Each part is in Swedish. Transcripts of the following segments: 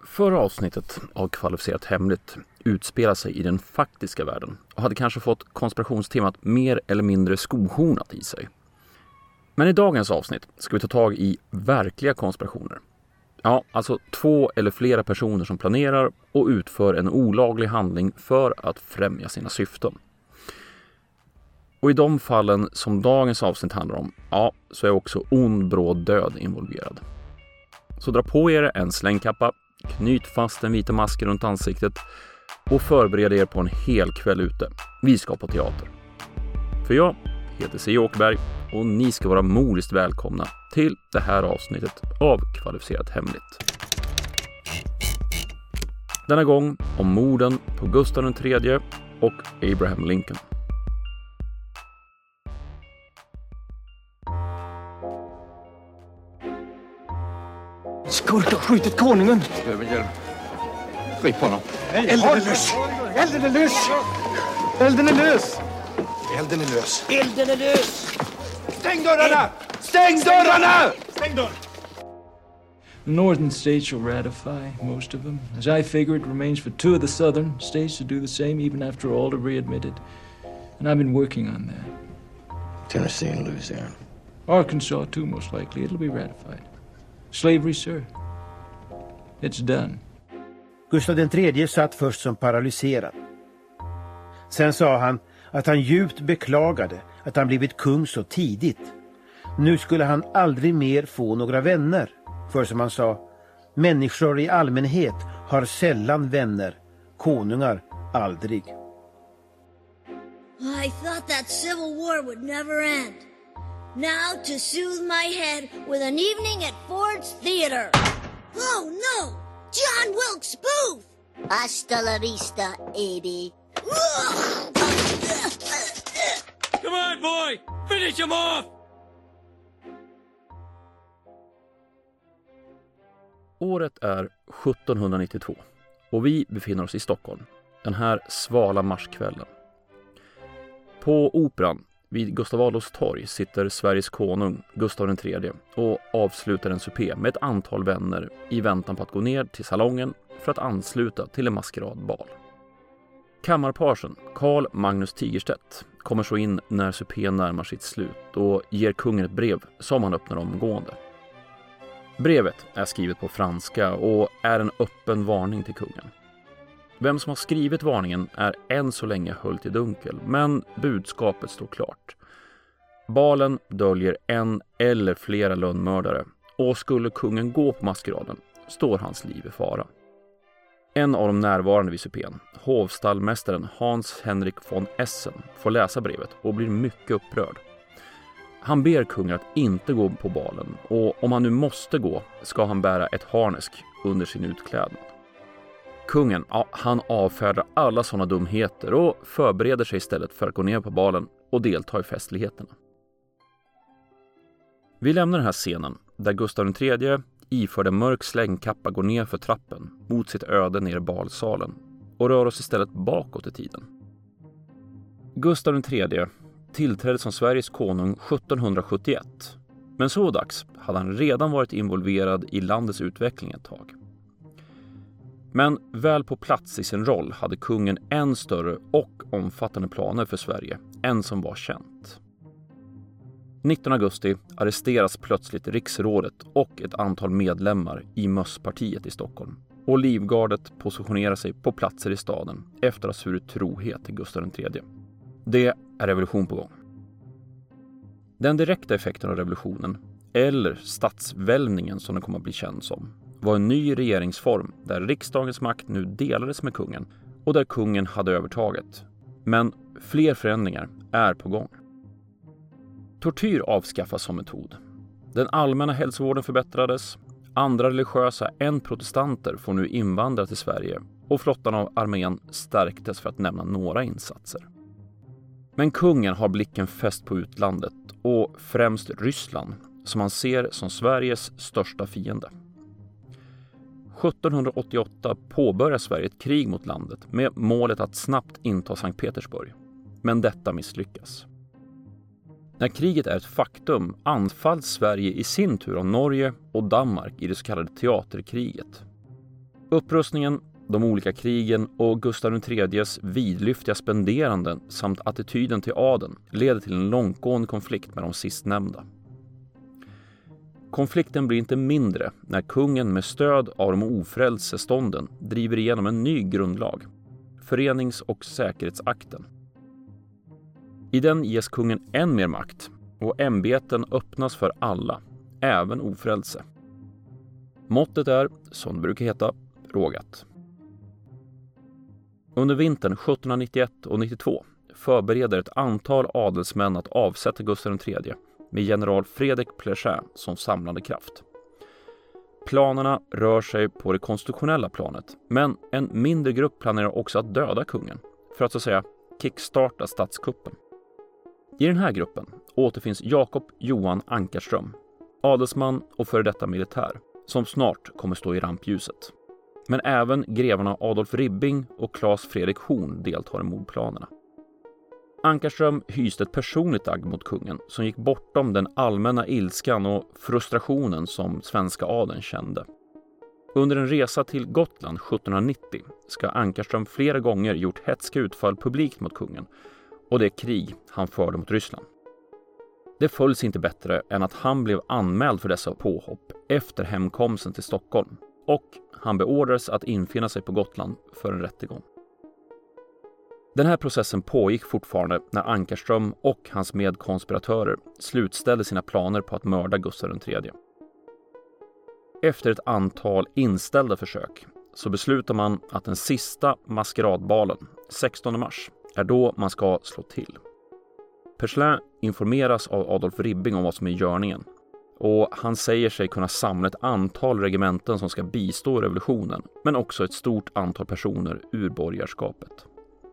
Förra avsnittet av Kvalificerat hemligt utspelar sig i den faktiska världen och hade kanske fått konspirationstemat mer eller mindre skohornat i sig. Men i dagens avsnitt ska vi ta tag i verkliga konspirationer. Ja, alltså 2 eller flera personer som planerar och utför en olaglig handling för att främja sina syften. Och i de fallen som dagens avsnitt handlar om, ja, så är också ond bråd död involverad. Så dra på er en slängkappa, knyt fast den vita masken runt ansiktet och förbered er på en hel kväll ute. Vi ska på teater. För jag heter C. Åkerberg och ni ska vara modist välkomna till det här avsnittet av Kvalificerat hemligt. Denna gång om morden på Gustav III och Abraham Lincoln. Skurk har skjutit konungen. Behöver hjälp. Grip honom. Elden är lös! Elden är lös! Elden är lös! Elden är lös. Elden är lös! Stäng dörrarna! Stäng dörrarna! Stäng dörren! The northern states shall ratify most of them. As I figure, it remains for 2 of the southern states to do the same, even after all are readmitted. And I've been working on that. Tennessee and Louisiana. Arkansas, too, most likely. It'll be ratified. Slavery, sir. It's done. Gustav III satt först som paralyserad. Sen sa han att han djupt beklagade att han blivit kung så tidigt. Nu skulle han aldrig mer få några vänner. För som han sa, människor i allmänhet har sällan vänner, konungar aldrig. I thought that civil war would never end. Now to soothe my head with an evening at Ford's Theater. Oh no! John Wilkes Booth! Hasta la vista, Edie. Come on, boy! Finish him off! Året är 1792 och vi befinner oss i Stockholm den här svala marskvällen. På Operan vid Gustav Adolfs torg sitter Sveriges konung Gustav III och avslutar en supé med ett antal vänner i väntan på att gå ner till salongen för att ansluta till en maskeradbal. Kammarparsen Carl Magnus Tigerstedt kommer så in när supén närmar sitt slut och ger kungen ett brev som han öppnar omgående. Brevet är skrivet på franska och är en öppen varning till kungen. Vem som har skrivit varningen är än så länge höljt i dunkel, men budskapet står klart. Balen döljer en eller flera lönnmördare och skulle kungen gå på maskeraden står hans liv i fara. En av de närvarande vid supén, hovstallmästaren Hans Henrik von Essen, får läsa brevet och blir mycket upprörd. Han ber kungen att inte gå på balen och om han nu måste gå ska han bära ett harnesk under sin utklädnad. Kungen, ja, han avfärdar alla sådana dumheter och förbereder sig istället för att gå ner på balen och delta i festligheterna. Vi lämnar den här scenen där Gustav III iförd en mörk slängkappa går ner för trappen mot sitt öde ner i balsalen och rör oss istället bakåt i tiden. Gustav III tillträdde som Sveriges konung 1771, men så dags hade han redan varit involverad i landets utveckling ett tag. Men väl på plats i sin roll hade kungen än större och omfattande planer för Sverige än som var känt. 19 augusti arresteras plötsligt riksrådet och ett antal medlemmar i Mösspartiet i Stockholm och livgardet positionerar sig på platser i staden efter att ha svurit trohet till Gustav III. Det är revolution på gång. Den direkta effekten av revolutionen, eller statsvälvningen som den kommer att bli känd som, var en ny regeringsform där riksdagens makt nu delades med kungen och där kungen hade övertaget. Men fler förändringar är på gång. Tortyr avskaffas som metod. Den allmänna hälsovården förbättrades. Andra religiösa än protestanter får nu invandra till Sverige och flottan av armén stärktes för att nämna några insatser. Men kungen har blicken fäst på utlandet och främst Ryssland som han ser som Sveriges största fiende. 1788 påbörjar Sverige ett krig mot landet med målet att snabbt inta Sankt Petersburg. Men detta misslyckas. När kriget är ett faktum anfalls Sverige i sin tur av Norge och Danmark i det så kallade teaterkriget. Upprustningen, de olika krigen och Gustav III:s vidlyftiga spenderanden samt attityden till adeln leder till en långtgående konflikt med de sistnämnda. Konflikten blir inte mindre när kungen med stöd av de ofrälse stånden driver igenom en ny grundlag, förenings- och säkerhetsakten. I den ges kungen än mer makt och ämbeten öppnas för alla, även ofrälse. Måttet är, som det brukar heta, rågat. Under vintern 1791 och 92 förbereder ett antal adelsmän att avsätta Gustav III med general Fredrik Plechin som samlande kraft. Planerna rör sig på det konstitutionella planet, men en mindre grupp planerar också att döda kungen för att så att säga kickstarta statskuppen. I den här gruppen återfinns Jakob Johan Ankarström, adelsman och före detta militär, som snart kommer stå i rampljuset. Men även grevarna Adolf Ribbing och Claes Fredrik Horn deltar i mordplanerna. Ankarström hyste ett personligt agg mot kungen som gick bortom den allmänna ilskan och frustrationen som svenska adeln kände. Under en resa till Gotland 1790 ska Ankarström flera gånger gjort hätska utfall publikt mot kungen och det krig han förde mot Ryssland. Det följs inte bättre än att han blev anmäld för dessa påhopp efter hemkomsten till Stockholm och han beordrades att infinna sig på Gotland för en rättegång. Den här processen pågick fortfarande när Ankarström och hans medkonspiratörer slutställde sina planer på att mörda Gustav III. Efter ett antal inställda försök så beslutar man att den sista maskeradbalen, 16 mars, är då man ska slå till. Plechin informeras av Adolf Ribbing om vad som är görningen och han säger sig kunna samla ett antal regementen som ska bistå revolutionen men också ett stort antal personer ur borgarskapet.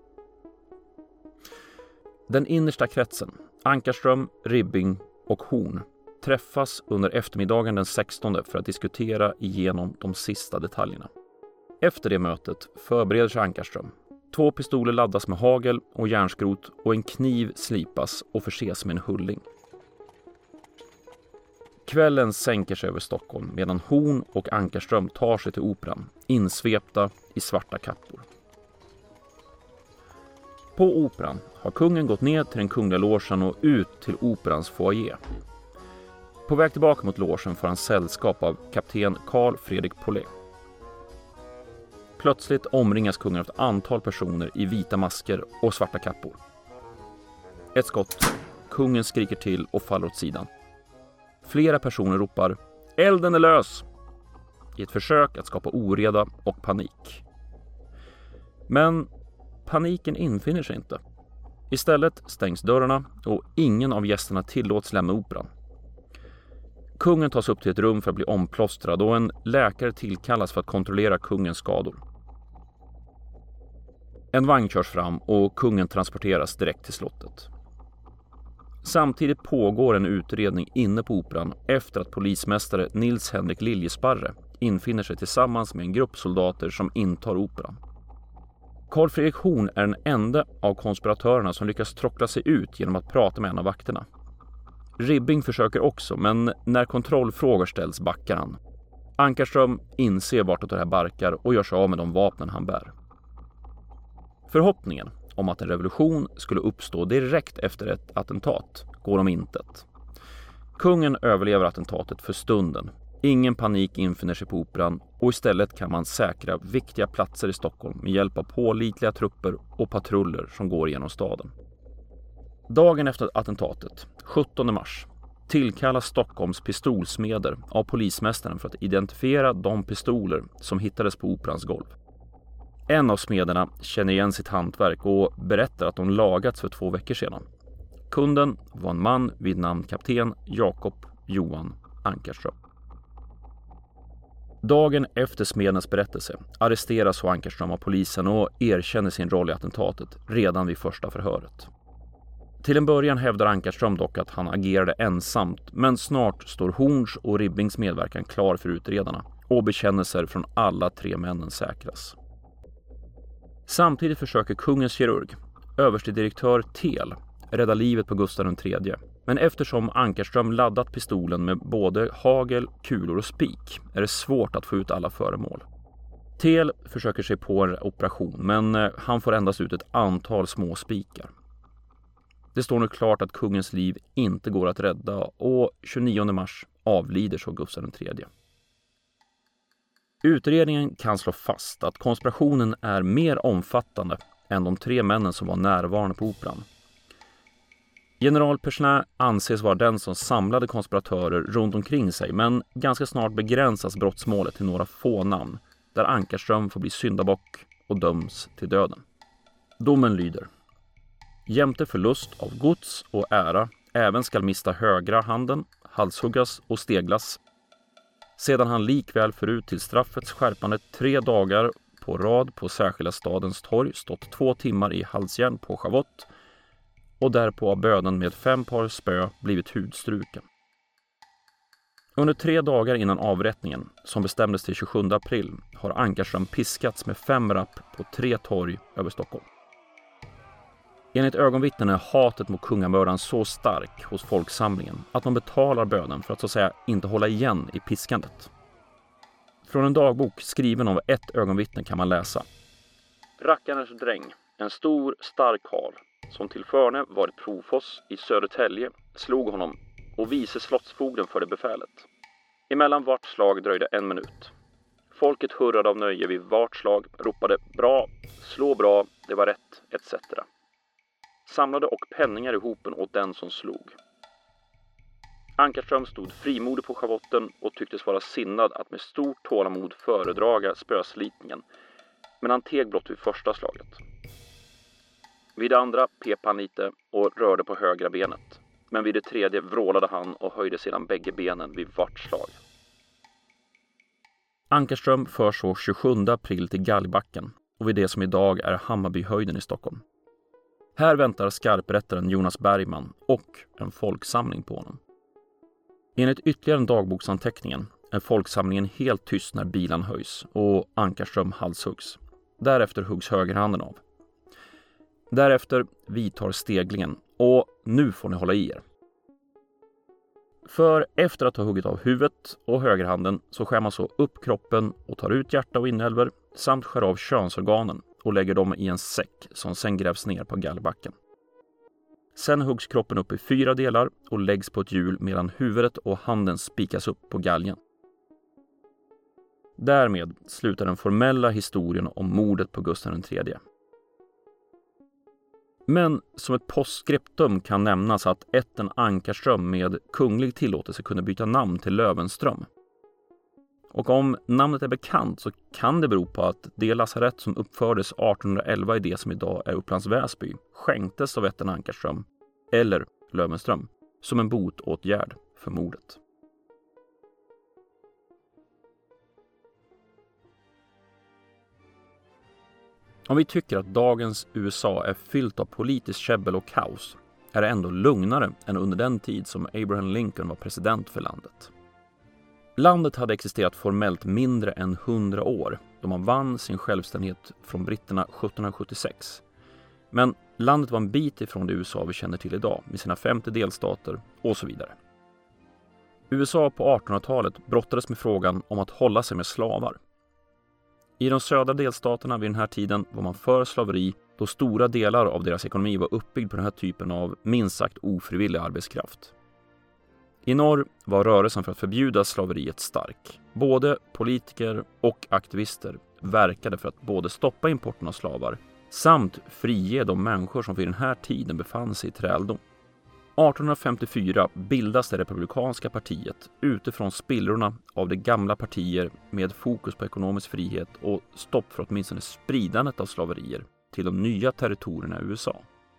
Den innersta kretsen, Ankarström, Ribbing och Horn, träffas under eftermiddagen den 16 för att diskutera igenom de sista detaljerna. Efter det mötet förbereder sig Ankarström. 2 pistoler laddas med hagel och järnskrot och en kniv slipas och förses med en hulling. Kvällen sänker sig över Stockholm medan Horn och Ankarström tar sig till operan, insvepta i svarta kappor. På operan har kungen gått ner till den kungliga logen och ut till operans foyer. På väg tillbaka mot logen får han sällskap av kapten Carl Fredrik Paulet. Plötsligt omringas kungen av ett antal personer i vita masker och svarta kappor. Ett skott. Kungen skriker till och faller åt sidan. Flera personer ropar "Elden är lös!" i ett försök att skapa oreda och panik. Men paniken infinner sig inte. Istället stängs dörrarna och ingen av gästerna tillåts lämna operan. Kungen tas upp till ett rum för att bli omplåstrad och en läkare tillkallas för att kontrollera kungens skador. En vagn körs fram och kungen transporteras direkt till slottet. Samtidigt pågår en utredning inne på operan efter att polismästare Nils Henrik Liljesparre infinner sig tillsammans med en grupp soldater som intar operan. Carl Fredrik Horn är den enda av konspiratörerna som lyckas tråckla sig ut genom att prata med en av vakterna. Ribbing försöker också, men när kontrollfrågor ställs backar han. Ankarström inser vartåt det här barkar och gör sig av med de vapnen han bär. Förhoppningen om att en revolution skulle uppstå direkt efter ett attentat går om intet. Kungen överlever attentatet för stunden. Ingen panik infinner sig på operan och istället kan man säkra viktiga platser i Stockholm med hjälp av pålitliga trupper och patruller som går genom staden. Dagen efter attentatet, 17 mars, tillkallas Stockholms pistolsmeder av polismästaren för att identifiera de pistoler som hittades på operans golv. En av smederna känner igen sitt hantverk och berättar att de lagats för 2 veckor sedan. Kunden var en man vid namn kapten Jakob Johan Ankarström. Dagen efter smedens berättelse arresteras så Ankarström av polisen och erkänner sin roll i attentatet redan vid första förhöret. Till en början hävdar Ankarström dock att han agerade ensamt, men snart står Horns och Ribbings medverkan klar för utredarna och bekännelser från alla 3 männen säkras. Samtidigt försöker kungens kirurg, överstedirektör Tel, rädda livet på Gustav III. Men eftersom Ankarström laddat pistolen med både hagel, kulor och spik är det svårt att få ut alla föremål. Tel försöker sig på en operation, men han får endast ut ett antal små spikar. Det står nu klart att kungens liv inte går att rädda och 29 mars avlider så Gustav III. Utredningen kan slå fast att konspirationen är mer omfattande än de 3 männen som var närvarande på operan. General Persin anses vara den som samlade konspiratörer runt omkring sig, men ganska snart begränsas brottsmålet till några få namn, där Ankarström får bli syndabock och döms till döden. Domen lyder: jämte förlust av gods och ära även skall mista högra handen, halshuggas och steglas, sedan han likväl förut till straffets skärpande 3 dagar på rad på särskilda stadens torg stått 2 timmar i halsjärn på schavott och därpå av böden med 5 par spö blivit hudstruken. Under 3 dagar innan avrättningen, som bestämdes till 27 april, har Ankarström piskats med 5 rapp på 3 torg över Stockholm. Enligt ögonvittnen är hatet mot kungamördaren så stark hos folksamlingen att man betalar böden för att så att säga inte hålla igen i piskandet. Från en dagbok skriven av ett ögonvittne kan man läsa: rackarens dräng, en stor stark karl, som till förne var ett Profoss i Södertälje, slog honom och vice slottsfogden för det befälet. Emellan vart slag dröjde 1 minut. Folket hurrade av nöje vid vart slag, ropade bra, slå bra, det var rätt, etc. Samlade och penningar i hopen åt den som slog. Ankarström stod frimodig på schavotten och tycktes vara sinnad att med stort tålamod föredraga spöslitningen, men han teg blott vid första slaget. Vid det andra pep han lite och rörde på högra benet, men vid det tredje vrålade han och höjde sedan bägge benen vid vart slag. Ankarström förs så 27 april till Gallbacken och vid det som idag är Hammarbyhöjden i Stockholm. Här väntar skarprättaren Jonas Bergman och en folksamling på honom. Enligt ytterligare en dagboksanteckningen är folksamlingen helt tyst när bilan höjs och Ankarström halshuggs. Därefter huggs högerhanden av. Därefter vidtar steglingen och nu får ni hålla i er. För efter att ha huggit av huvudet och högerhanden så skär man så upp kroppen och tar ut hjärta och inälvor samt skär av könsorganen och lägger dem i en säck som sen grävs ner på Gallbacken. Sen huggs kroppen upp i 4 delar och läggs på ett hjul medan huvudet och handen spikas upp på galgen. Därmed slutar den formella historien om mordet på Gustav III. Men som ett postskriptum kan nämnas att ätten Ankarström med kunglig tillåtelse kunde byta namn till Löwenström. Och om namnet är bekant så kan det bero på att det lasarett som uppfördes 1811 i det som idag är Upplands Väsby skänktes av ätten Ankarström, eller Löwenström, som en botåtgärd för mordet. Om vi tycker att dagens USA är fyllt av politiskt käbbel och kaos är det ändå lugnare än under den tid som Abraham Lincoln var president för landet. Landet hade existerat formellt mindre än 100 år då man vann sin självständighet från britterna 1776. Men landet var en bit ifrån det USA vi känner till idag med sina 50 delstater och så vidare. USA på 1800-talet brottades med frågan om att hålla sig med slavar. I de södra delstaterna vid den här tiden var man för slaveri då stora delar av deras ekonomi var uppbyggd på den här typen av minst sagt ofrivillig arbetskraft. I norr var rörelsen för att förbjuda slaveriet stark. Både politiker och aktivister verkade för att både stoppa importen av slavar samt frige de människor som vid den här tiden befann sig i träldom. 1854 bildas det republikanska partiet utifrån spillrorna av de gamla partier med fokus på ekonomisk frihet och stopp för åtminstone spridandet av slaverier till de nya territorierna i USA.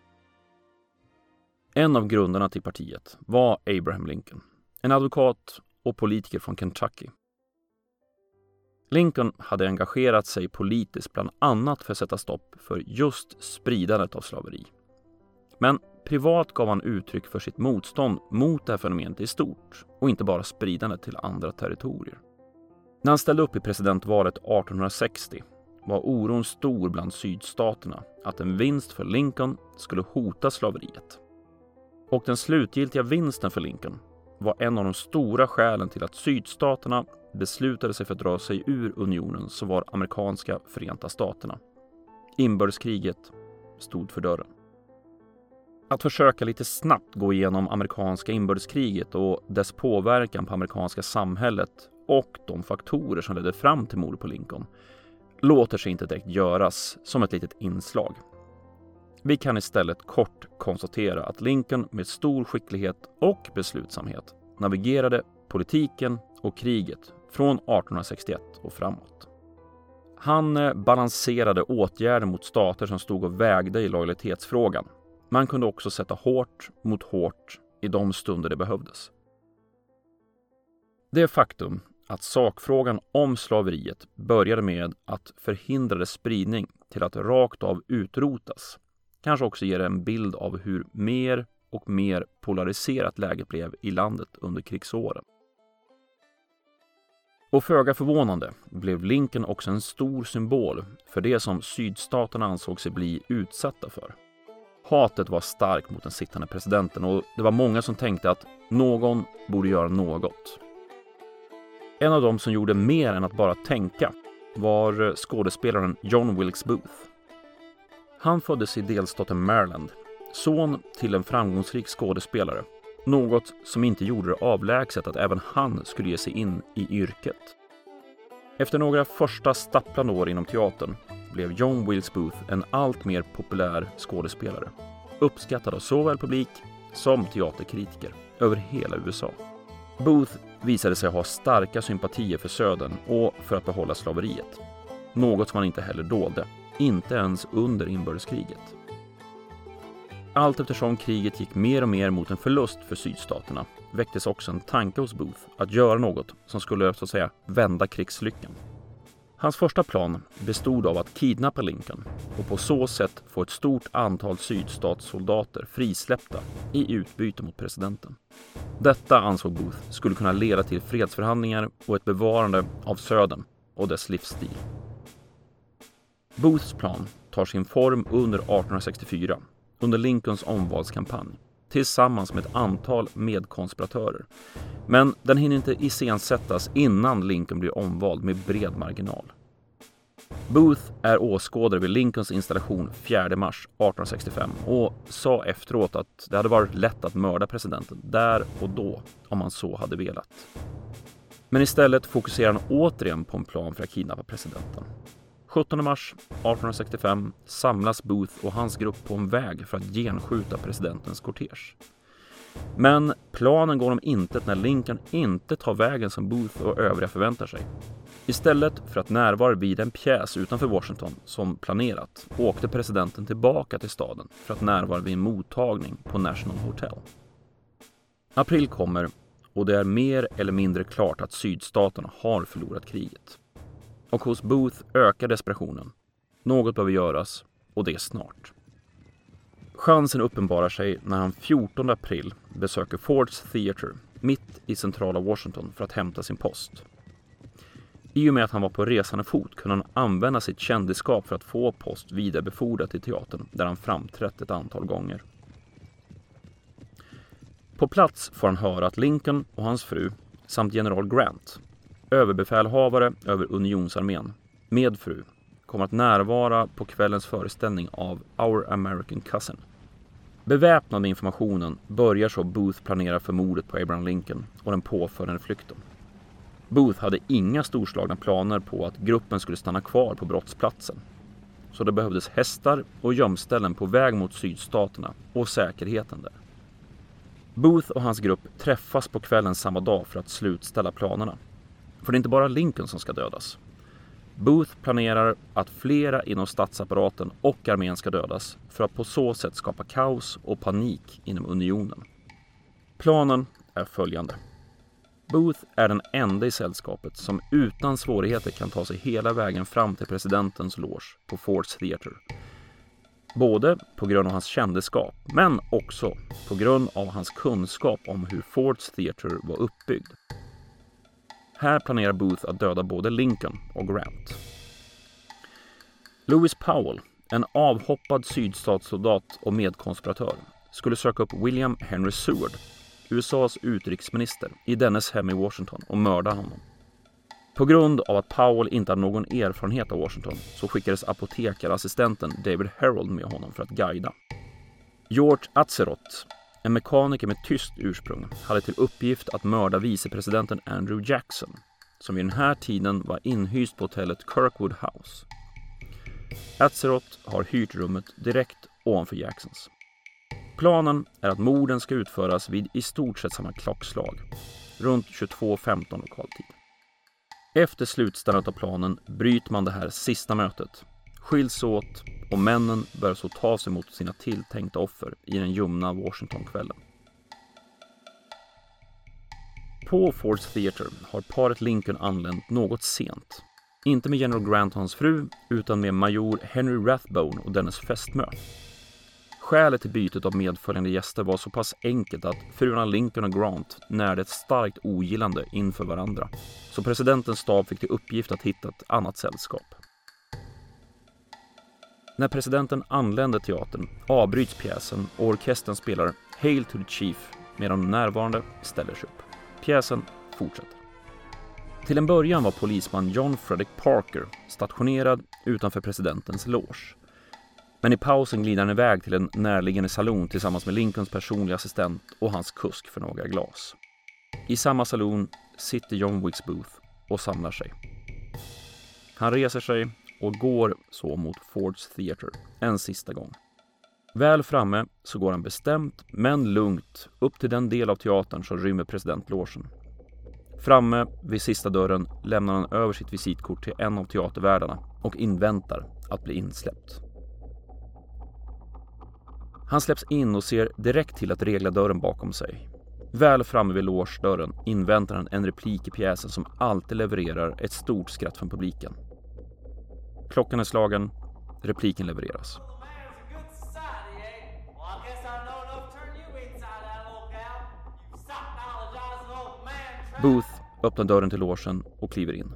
En av grundarna till partiet var Abraham Lincoln, en advokat och politiker från Kentucky. Lincoln hade engagerat sig politiskt bland annat för att sätta stopp för just spridandet av slaveri. Men privat gav han uttryck för sitt motstånd mot det här fenomenet i stort och inte bara spridandet till andra territorier. När han ställde upp i presidentvalet 1860 var oron stor bland sydstaterna att en vinst för Lincoln skulle hota slaveriet. Och den slutgiltiga vinsten för Lincoln var en av de stora skälen till att sydstaterna beslutade sig för att dra sig ur unionen som var amerikanska Förenta staterna. Inbördeskriget stod för dörren. Att försöka lite snabbt gå igenom amerikanska inbördeskriget och dess påverkan på amerikanska samhället och de faktorer som ledde fram till mordet på Lincoln låter sig inte direkt göras som ett litet inslag. Vi kan istället kort konstatera att Lincoln med stor skicklighet och beslutsamhet navigerade politiken och kriget från 1861 och framåt. Han balanserade åtgärder mot stater som stod och vägde i lojalitetsfrågan. Man kunde också sätta hårt mot hårt i de stunder det behövdes. Det faktum att sakfrågan om slaveriet började med att förhindra dess spridning till att rakt av utrotas kanske också ger en bild av hur mer och mer polariserat läget blev i landet under krigsåren. Och föga förvånande blev Lincoln också en stor symbol för det som sydstaterna ansåg sig bli utsatta för. Hatet var starkt mot den sittande presidenten och det var många som tänkte att någon borde göra något. En av dem som gjorde mer än att bara tänka var skådespelaren John Wilkes Booth. Han föddes i delstaten Maryland, son till en framgångsrik skådespelare, något som inte gjorde det avlägset att även han skulle ge sig in i yrket. Efter några första stapplande år inom teatern blev John Wilkes Booth en allt mer populär skådespelare, uppskattad av såväl publik som teaterkritiker över hela USA. Booth visade sig ha starka sympatier för södern och för att behålla slaveriet, något som han inte heller dolde, inte ens under inbördeskriget. Allt eftersom kriget gick mer och mer mot en förlust för sydstaterna väcktes också en tanke hos Booth att göra något som skulle så att säga vända krigslyckan. Hans första plan bestod av att kidnappa Lincoln och på så sätt få ett stort antal sydstatssoldater frisläppta i utbyte mot presidenten. Detta ansåg Booth skulle kunna leda till fredsförhandlingar och ett bevarande av södern och dess livsstil. Booths plan tar sin form under 1864 under Lincolns omvalskampanj tillsammans med ett antal medkonspiratörer. Men den hinner inte iscensättas innan Lincoln blir omvald med bred marginal. Booth är åskådare vid Lincolns installation 4 mars 1865 och sa efteråt att det hade varit lätt att mörda presidenten där och då om man så hade velat. Men istället fokuserar han återigen på en plan för att kidnappa presidenten. 17 mars 1865 samlas Booth och hans grupp på en väg för att genskjuta presidentens kortege. Men planen går om intet när Lincoln inte tar vägen som Booth och övriga förväntar sig. Istället för att närvara vid en pjäs utanför Washington som planerat åkte presidenten tillbaka till staden för att närvara vid en mottagning på National Hotel. April kommer och det är mer eller mindre klart att sydstaterna har förlorat kriget. Och hos Booth ökar desperationen. Något behöver göras och det är snart. Chansen uppenbarar sig när han 14 april besöker Ford's Theater mitt i centrala Washington för att hämta sin post. I och med att han var på resande fot kunde han använda sitt kändisskap för att få post vidarebefordrat till teatern där han framträtt ett antal gånger. På plats får han höra att Lincoln och hans fru samt general Grant, överbefälhavare över unionsarmén, med fru, kommer att närvara på kvällens föreställning av Our American Cousin. Beväpnad med informationen börjar så Booth planera för mordet på Abraham Lincoln och den påföljande flykten. Booth hade inga storslagna planer på att gruppen skulle stanna kvar på brottsplatsen. Så det behövdes hästar och gömställen på väg mot sydstaterna och säkerheten där. Booth och hans grupp träffas på kvällen samma dag för att slutställa planerna. För det är inte bara Lincoln som ska dödas. Booth planerar att flera inom statsapparaten och armén ska dödas för att på så sätt skapa kaos och panik inom unionen. Planen är följande. Booth är den enda i sällskapet som utan svårigheter kan ta sig hela vägen fram till presidentens loge på Ford's Theater. Både på grund av hans kändisskap men också på grund av hans kunskap om hur Ford's Theater var uppbyggd. Här planerar Booth att döda både Lincoln och Grant. Lewis Powell, en avhoppad sydstatssoldat och medkonspiratör, skulle söka upp William Henry Seward, USAs utrikesminister, i dennes hem i Washington och mördar honom. På grund av att Powell inte hade någon erfarenhet av Washington så skickades apotekarassistenten David Herold med honom för att guida. George Atzerodt, en mekaniker med tyskt ursprung, hade till uppgift att mörda vicepresidenten Andrew Jackson, som vid den här tiden var inhyst på hotellet Kirkwood House. Atzerodt har hyrt rummet direkt ovanför Jacksons. Planen är att morden ska utföras vid i stort sett samma klockslag, runt 22:15 lokal tid. Efter slutställandet av planen bryter man det här sista mötet, skiljs åt och männen börjar så ta sig mot sina tilltänkta offer i den ljumna Washington-kvällen. På Ford's Theater har paret Lincoln anlänt något sent. Inte med general Grant och hans fru, utan med major Henry Rathbone och dennes fästmö. Skälet till bytet av medföljande gäster var så pass enkelt att fruarna Lincoln och Grant närde ett starkt ogillande inför varandra. Så presidentens stab fick till uppgift att hitta ett annat sällskap. När presidenten anländer teatern avbryts pjäsen och orkestern spelar Hail to the Chief medan de närvarande ställer sig upp. Pjäsen fortsätter. Till en början var polisman John Frederick Parker stationerad utanför presidentens loge. Men i pausen glider han iväg till en närliggande salon tillsammans med Lincolns personliga assistent och hans kusk för några glas. I samma salon sitter John Wilkes Booth och samlar sig. Han reser sig och går så mot Ford's Theater en sista gång. Väl framme så går han bestämt men lugnt upp till den del av teatern som rymmer presidentlogen. Framme vid sista dörren lämnar han över sitt visitkort till en av teatervärdarna och inväntar att bli insläppt. Han släpps in och ser direkt till att regla dörren bakom sig. Väl framme vid logedörren inväntar han en replik i pjäsen som alltid levererar ett stort skratt från publiken. Klockan är slagen, repliken levereras. Booth öppnar dörren till logen och kliver in.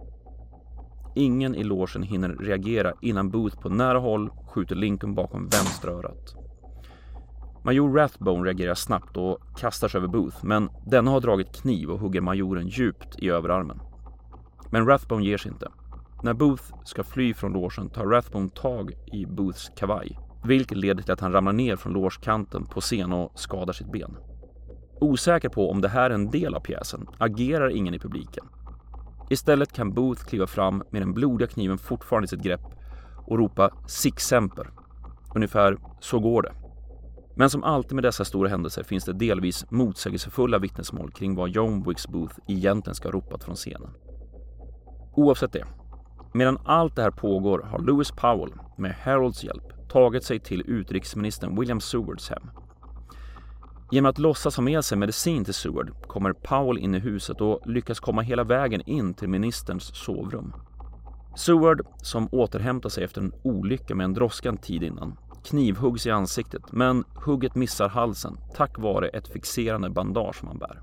Ingen i logen hinner reagera innan Booth på nära håll skjuter Lincoln bakom vänstra örat. Major Rathbone reagerar snabbt och kastar sig över Booth, men denna har dragit kniv och hugger majoren djupt i överarmen. Men Rathbone ger sig inte. När Booth ska fly från logen tar Rathbone tag i Booths kavaj, vilket leder till att han ramlar ner från logekanten på scen och skadar sitt ben. Osäker på om det här är en del av pjäsen agerar ingen i publiken. Istället kan Booth kliva fram med den blodiga kniven fortfarande i sitt grepp och ropa "Sic semper". Ungefär så går det. Men som alltid med dessa stora händelser finns det delvis motsägelsefulla vittnesmål kring vad John Wilkes Booth egentligen ska ha ropat från scenen. Oavsett det, medan allt det här pågår har Lewis Powell med Herolds hjälp tagit sig till utrikesministern William Sewards hem. Genom att låtsas ha med sig medicin till Seward kommer Powell in i huset och lyckas komma hela vägen in till ministerns sovrum. Seward, som återhämtar sig efter en olycka med en droskan tid innan, knivhuggs i ansiktet, men hugget missar halsen tack vare ett fixerande bandage som han bär.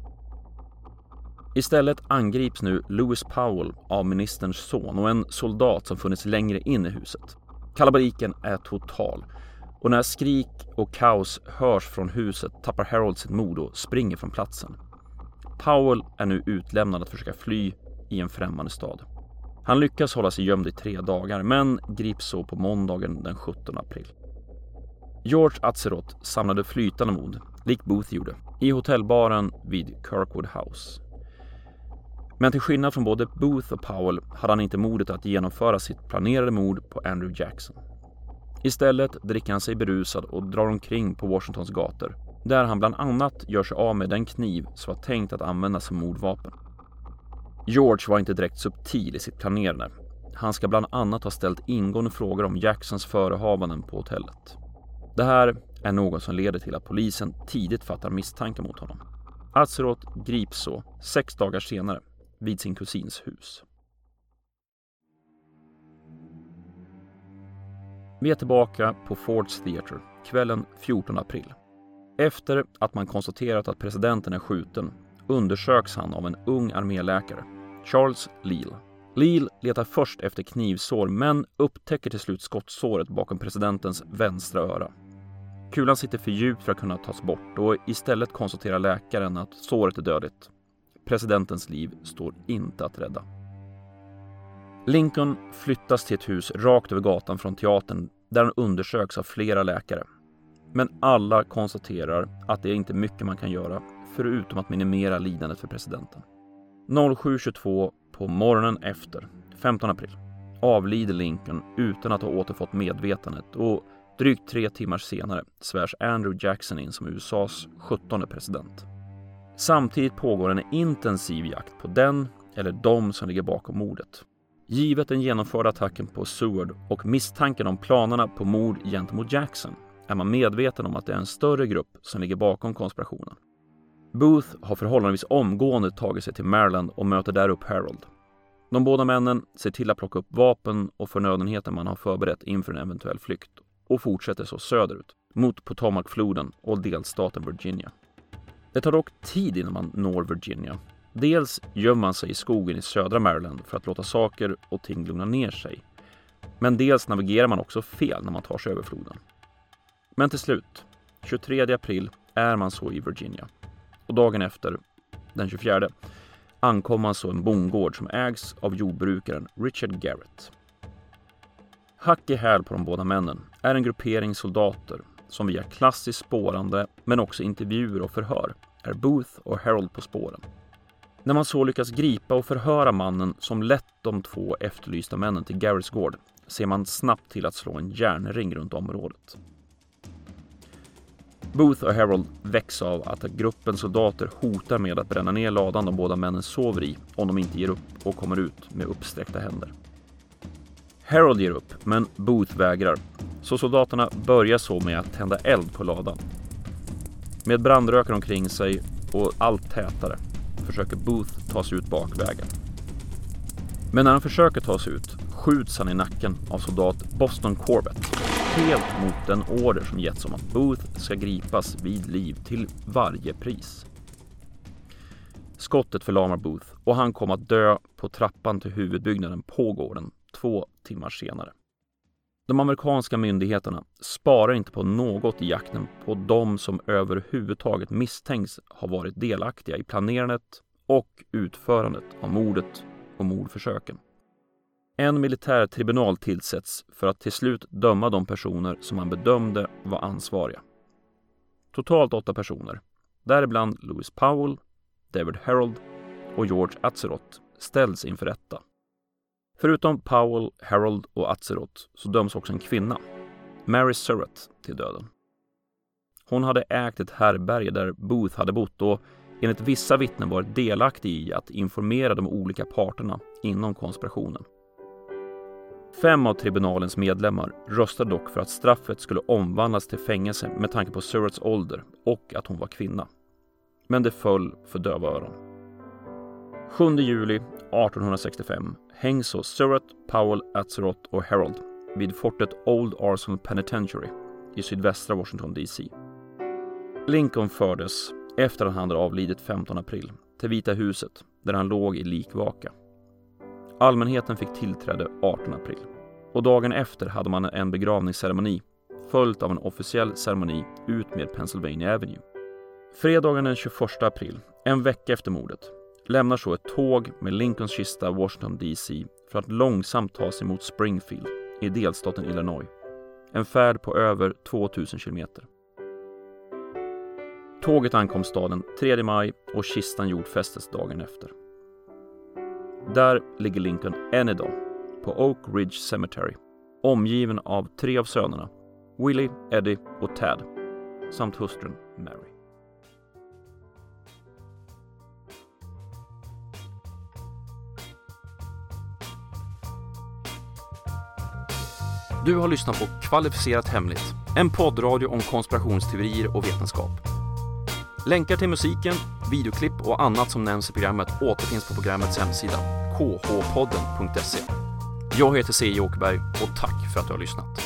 Istället angrips nu Lewis Powell av ministerns son och en soldat som funnits längre in i huset. Kalabaliken är total, och när skrik och kaos hörs från huset tappar Herold sitt mod och springer från platsen. Powell är nu utlämnad att försöka fly i en främmande stad. Han lyckas hålla sig gömd i 3 dagar, men grips så på måndagen den 17 april. George Atzerodt samlade flytande mod, lik Booth gjorde, i hotellbaren vid Kirkwood House. Men till skillnad från både Booth och Powell hade han inte modet att genomföra sitt planerade mord på Andrew Jackson. Istället dricker han sig berusad och drar omkring på Washingtons gator, där han bland annat gör sig av med den kniv som var tänkt att användas som mordvapen. George var inte direkt subtil i sitt planerande. Han ska bland annat ha ställt ingående frågor om Jacksons förehavanden på hotellet. Det här är något som leder till att polisen tidigt fattar misstankar mot honom. Atzerodt grips så 6 dagar senare vid sin kusins hus. Vi är tillbaka på Ford's Theater kvällen 14 april. Efter att man konstaterat att presidenten är skjuten undersöks han av en ung arméläkare, Charles Leal. Leal letar först efter knivsår men upptäcker till slut skottsåret bakom presidentens vänstra öra. Kulan sitter för djupt för att kunna tas bort och istället konstaterar läkaren att såret är dödligt. Presidentens liv står inte att rädda. Lincoln flyttas till ett hus rakt över gatan från teatern där han undersöks av flera läkare. Men alla konstaterar att det är inte mycket man kan göra förutom att minimera lidandet för presidenten. 07:22 på morgonen efter, 15 april, avlider Lincoln utan att ha återfått medvetandet och drygt 3 timmar senare svärs Andrew Jackson in som USAs 17:e president. Samtidigt pågår en intensiv jakt på den eller de som ligger bakom mordet. Givet den genomförda attacken på Seward och misstanken om planerna på mord gentemot Jackson är man medveten om att det är en större grupp som ligger bakom konspirationen. Booth har förhållandevis omgående tagit sig till Maryland och möter där upp Harold. De båda männen ser till att plocka upp vapen och förnödenheter man har förberett inför en eventuell flykt och fortsätter så söderut mot Potomac-floden och delstaten Virginia. Det tar dock tid innan man når Virginia. Dels gömmer man sig i skogen i södra Maryland för att låta saker och ting lugna ner sig. Men dels navigerar man också fel när man tar sig över floden. Men till slut, 23 april, är man så i Virginia. Och dagen efter, den 24, ankom man så en bondgård som ägs av jordbrukaren Richard Garrett. Hack i häl på de båda männen är en gruppering soldater som via klassiskt spårande men också intervjuer och förhör är Booth och Harold på spåren. När man så lyckas gripa och förhöra mannen som lett de 2 efterlysta männen till Garretts gård ser man snabbt till att slå en järnring runt området. Booth och Harold väcks av att gruppen soldater hotar med att bränna ner ladan de båda männen sover i om de inte ger upp och kommer ut med uppsträckta händer. Harold ger upp, men Booth vägrar, så soldaterna börjar så med att tända eld på ladan. Med brandrökar omkring sig och allt tätare försöker Booth ta sig ut bakvägen. Men när han försöker ta sig ut skjuts han i nacken av soldat Boston Corbett, helt mot den order som getts om att Booth ska gripas vid liv till varje pris. Skottet förlamar Booth och han kommer att dö på trappan till huvudbyggnaden på gården 2 timmar senare. De amerikanska myndigheterna sparar inte på något i jakten på de som överhuvudtaget misstänks ha varit delaktiga i planerandet och utförandet av mordet och mordförsöken. En militär tribunal tillsätts för att till slut döma de personer som man bedömde var ansvariga. Totalt 8 personer, däribland Lewis Powell, David Harold och George Atzerodt, ställs inför rätta. Förutom Powell, Harold och Atzerodt så döms också en kvinna, Mary Surratt, till döden. Hon hade ägt ett härberge där Booth hade bott och enligt vissa vittnen varit delaktig i att informera de olika parterna inom konspirationen. 5 av tribunalens medlemmar röstade dock för att straffet skulle omvandlas till fängelse med tanke på Surratts ålder och att hon var kvinna. Men det föll för döva öron. 7 juli 1865 hängs så Surratt, Powell, Atzerodt och Harold vid fortet Old Arsenal Penitentiary i sydvästra Washington DC. Lincoln fördes, efter att han hade avlidit 15 april, till Vita huset där han låg i likvaka. Allmänheten fick tillträde 18 april och dagen efter hade man en begravningsceremoni följt av en officiell ceremoni ut med Pennsylvania Avenue. Fredagen den 21 april, en vecka efter mordet, lämnar så ett tåg med Lincolns kista Washington DC för att långsamt ta sig mot Springfield i delstaten Illinois. En färd på över 2000 kilometer. Tåget ankom staden 3 maj och kistan jordfästes dagen efter. Där ligger Lincoln än idag på Oak Ridge Cemetery, omgiven av 3 av sönerna, Willie, Eddie och Tad, samt hustrun Mary. Du har lyssnat på Kvalificerat Hemligt, en poddradio om konspirationsteorier och vetenskap. Länkar till musiken, videoklipp och annat som nämns i programmet återfinns på programmets hemsida, khpodden.se. Jag heter C.J. Åkerberg och tack för att du har lyssnat.